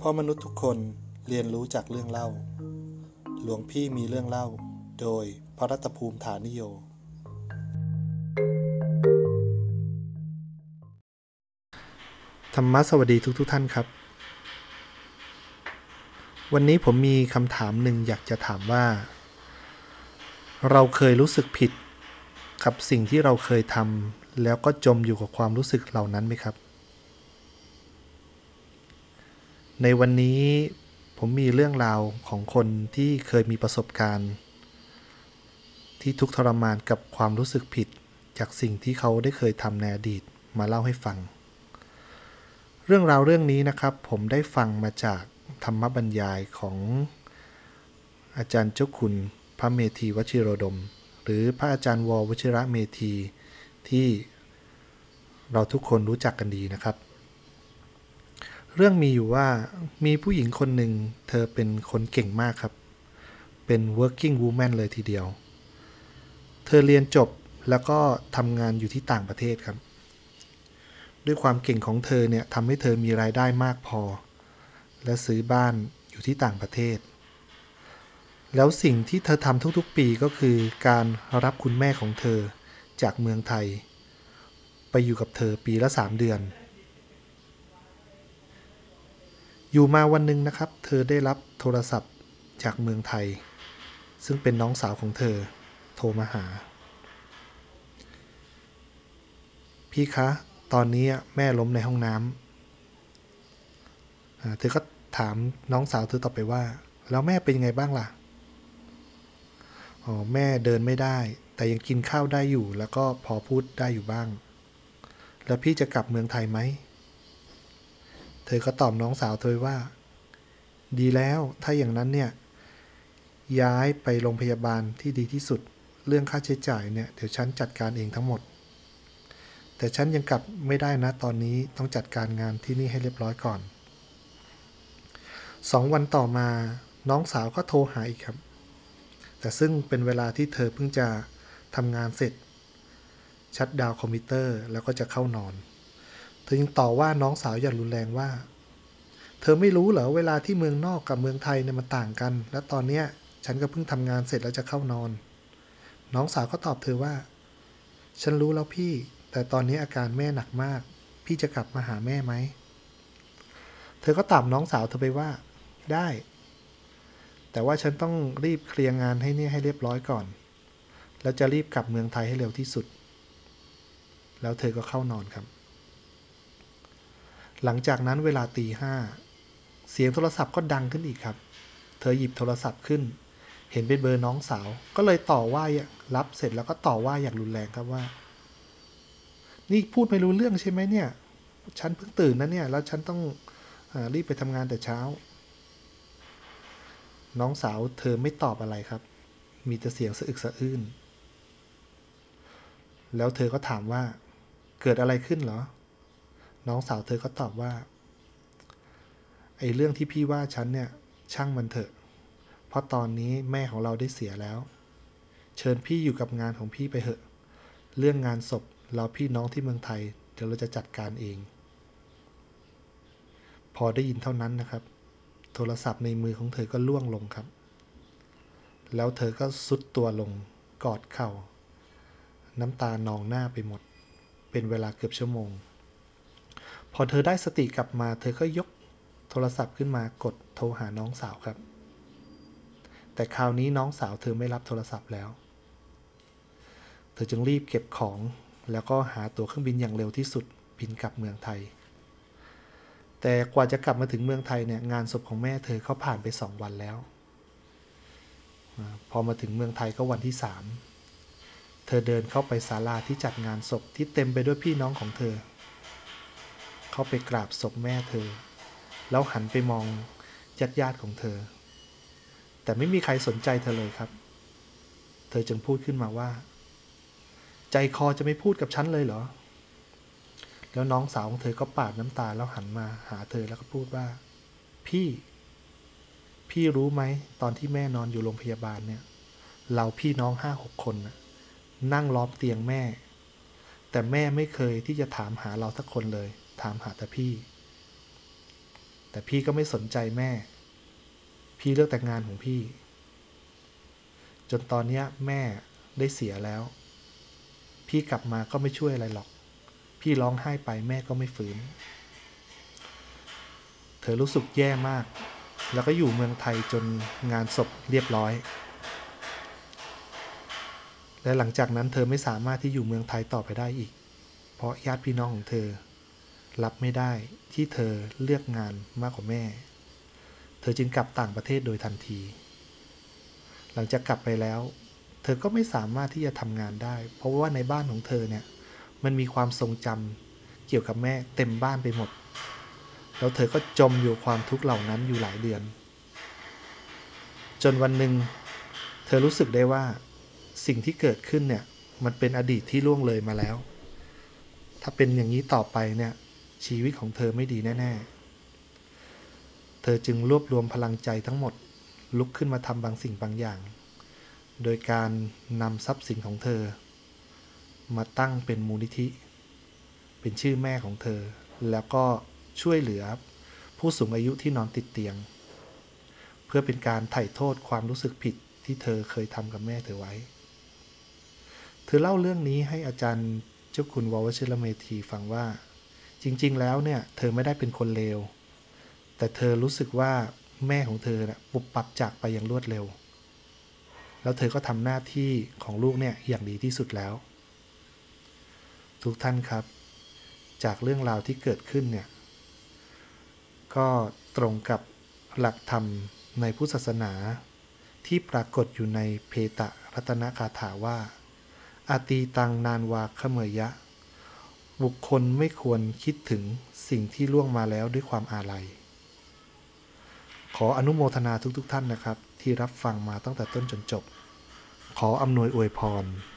เพราะมนุษย์ทุกคนเรียนรู้จากเรื่องเล่าหลวงพี่มีเรื่องเล่าโดยพระรัตภูมิฐานิโยธรรมะสวัสดีทุกท่านครับวันนี้ผมมีคำถามหนึ่งอยากจะถามว่าเราเคยรู้สึกผิดกับสิ่งที่เราเคยทำแล้วก็จมอยู่กับความรู้สึกเหล่านั้นไหมครับในวันนี้ผมมีเรื่องราวของคนที่เคยมีประสบการณ์ที่ทุกข์ทรมานกับความรู้สึกผิดจากสิ่งที่เขาได้เคยทำในอดีตมาเล่าให้ฟังเรื่องราวเรื่องนี้นะครับผมได้ฟังมาจากธรรมบรรยายของอาจารย์เจ้าคุณพระเมธีวชิโรดมหรือพระอาจารย์ววชิระเมธีที่เราทุกคนรู้จักกันดีนะครับเรื่องมีอยู่ว่ามีผู้หญิงคนหนึ่งเธอเป็นคนเก่งมากครับเป็น working woman เลยทีเดียวเธอเรียนจบแล้วก็ทำงานอยู่ที่ต่างประเทศครับด้วยความเก่งของเธอเนี่ยทำให้เธอมีรายได้มากพอและซื้อบ้านอยู่ที่ต่างประเทศแล้วสิ่งที่เธอทำทุกๆปีก็คือการรับคุณแม่ของเธอจากเมืองไทยไปอยู่กับเธอปีละ3 เดือนอยู่มาวันหนึ่งนะครับเธอได้รับโทรศัพท์จากเมืองไทยซึ่งเป็นน้องสาวของเธอโทรมาหาพี่คะตอนนี้แม่ล้มในห้องน้ำเธอก็ถามน้องสาวเธอต่อไปว่าแล้วแม่เป็นยังไงบ้างล่ะแม่เดินไม่ได้แต่ยังกินข้าวได้อยู่แล้วก็พอพูดได้อยู่บ้างแล้วพี่จะกลับเมืองไทยไหมเธอก็ตอบน้องสาวเธอว่าดีแล้วถ้าอย่างนั้นเนี่ยย้ายไปโรงพยาบาลที่ดีที่สุดเรื่องค่าใช้จ่ายเนี่ยเดี๋ยวฉันจัดการเองทั้งหมดแต่ฉันยังกลับไม่ได้นะตอนนี้ต้องจัดการงานที่นี่ให้เรียบร้อยก่อน2 วันต่อมาน้องสาวก็โทรหาอีกครับแต่ซึ่งเป็นเวลาที่เธอเพิ่งจะทำงานเสร็จชัตดาวน์คอมพิวเตอร์แล้วก็จะเข้านอนเธอยังต่อว่าน้องสาวอย่างรุนแรงว่าเธอไม่รู้เหรอเวลาที่เมืองนอกกับเมืองไทยเนี่ยมันต่างกันและตอนเนี้ยฉันก็เพิ่งทำงานเสร็จแล้วจะเข้านอนน้องสาวก็ตอบเธอว่าฉันรู้แล้วพี่แต่ตอนนี้อาการแม่หนักมากพี่จะกลับมาหาแม่ไหมเธอก็ตอบน้องสาวเธอไปว่าได้แต่ว่าฉันต้องรีบเคลียร์งานให้เรียบร้อยก่อนแล้วจะรีบกลับเมืองไทยให้เร็วที่สุดแล้วเธอก็เข้านอนครับหลังจากนั้นเวลาตี 5เสียงโทรศัพท์ก็ดังขึ้นอีกครับเธอหยิบโทรศัพท์ขึ้นเห็นเป็นเบอร์น้องสาวก็เลยต่อว่ารับเสร็จแล้วก็ต่อว่าอย่างรุนแรงครับว่านี่พูดไม่รู้เรื่องใช่ไหมเนี่ยฉันเพิ่งตื่นนะเนี่ยแล้วฉันต้องรีบไปทำงานแต่เช้าน้องสาวเธอไม่ตอบอะไรครับมีแต่เสียงสะอึกสะอื้นแล้วเธอก็ถามว่าเกิดอะไรขึ้นเหรอน้องสาวเธอก็ตอบว่าไอ้เรื่องที่พี่ว่าฉันเนี่ยช่างมันเถอะเพราะตอนนี้แม่ของเราได้เสียแล้วเชิญพี่อยู่กับงานของพี่ไปเถอะเรื่องงานศพเราพี่น้องที่เมืองไทยเดี๋ยวเราจะจัดการเองพอได้ยินเท่านั้นนะครับโทรศัพท์ในมือของเธอก็ล่วงลงครับแล้วเธอก็ทรุดตัวลงกอดเข่าน้ำตานองหน้าไปหมดเป็นเวลาเกือบชั่วโมงพอเธอได้สติกลับมาเธอก็ยกโทรศัพท์ขึ้นมากดโทรหาน้องสาวครับแต่คราวนี้น้องสาวเธอไม่รับโทรศัพท์แล้วเธอจึงรีบเก็บของแล้วก็หาตั๋วเครื่องบินอย่างเร็วที่สุดบินกลับเมืองไทยแต่กว่าจะกลับมาถึงเมืองไทยเนี่ยงานศพของแม่เธอเขาผ่านไป2 วันแล้วพอมาถึงเมืองไทยก็วันที่3เธอเดินเข้าไปศาลาที่จัดงานศพที่เต็มไปด้วยพี่น้องของเธอเข้าไปกราบศพแม่เธอแล้วหันไปมองญาติของเธอแต่ไม่มีใครสนใจเธอเลยครับเธอจึงพูดขึ้นมาว่าใจคอจะไม่พูดกับฉันเลยเหรอแล้วน้องสาวของเธอก็ปาดน้ำตาแล้วหันมาหาเธอแล้วก็พูดว่าพี่รู้ไหมตอนที่แม่นอนอยู่โรงพยาบาลเนี่ยเราพี่น้อง5-6 คนนั่งล้อมเตียงแม่แต่แม่ไม่เคยที่จะถามหาเราสักคนเลยถามหาแต่พี่แต่พี่ก็ไม่สนใจแม่พี่เลือกแต่งานของพี่จนตอนนี้แม่ได้เสียแล้วพี่กลับมาก็ไม่ช่วยอะไรหรอกพี่ร้องไห้ไปแม่ก็ไม่ฟื้นเธอรู้สึกแย่มากแล้วก็อยู่เมืองไทยจนงานศพเรียบร้อยและหลังจากนั้นเธอไม่สามารถที่อยู่เมืองไทยต่อไปได้อีกเพราะญาติพี่น้องของเธอรับไม่ได้ที่เธอเลือกงานมากกว่าแม่เธอจึงกลับต่างประเทศโดยทันทีหลังจากกลับไปแล้วเธอก็ไม่สามารถที่จะทำงานได้เพราะว่าในบ้านของเธอเนี่ยมันมีความทรงจำเกี่ยวกับแม่เต็มบ้านไปหมดแล้วเธอก็จมอยู่ความทุกข์เหล่านั้นอยู่หลายเดือนจนวันหนึ่งเธอรู้สึกได้ว่าสิ่งที่เกิดขึ้นเนี่ยมันเป็นอดีตที่ล่วงเลยมาแล้วถ้าเป็นอย่างนี้ต่อไปเนี่ยชีวิตของเธอไม่ดีแน่ๆเธอจึงรวบรวมพลังใจทั้งหมดลุกขึ้นมาทำบางสิ่งบางอย่างโดยการนำทรัพย์สินของเธอมาตั้งเป็นมูลนิธิเป็นชื่อแม่ของเธอแล้วก็ช่วยเหลือผู้สูงอายุที่นอนติดเตียงเพื่อเป็นการไถ่โทษความรู้สึกผิดที่เธอเคยทำกับแม่เธอไว้เธอเล่าเรื่องนี้ให้อาจารย์เจ้าคุณววชิรเมธีฟังว่าจริงๆแล้วเนี่ยเธอไม่ได้เป็นคนเลวแต่เธอรู้สึกว่าแม่ของเธอน่ะปุบปับจากไปอย่างรวดเร็วแล้วเธอก็ทำหน้าที่ของลูกเนี่ยอย่างดีที่สุดแล้วทุกท่านครับจากเรื่องราวที่เกิดขึ้นเนี่ยก็ตรงกับหลักธรรมในพุทธศาสนาที่ปรากฏอยู่ในเพตรัตนคาถาว่าอาตีตังนานวาขเมยะบุคคลไม่ควรคิดถึงสิ่งที่ล่วงมาแล้วด้วยความอาลัยขออนุโมทนาทุกท่านนะครับที่รับฟังมาตั้งแต่ต้นจนจบขออำนวยอวยพร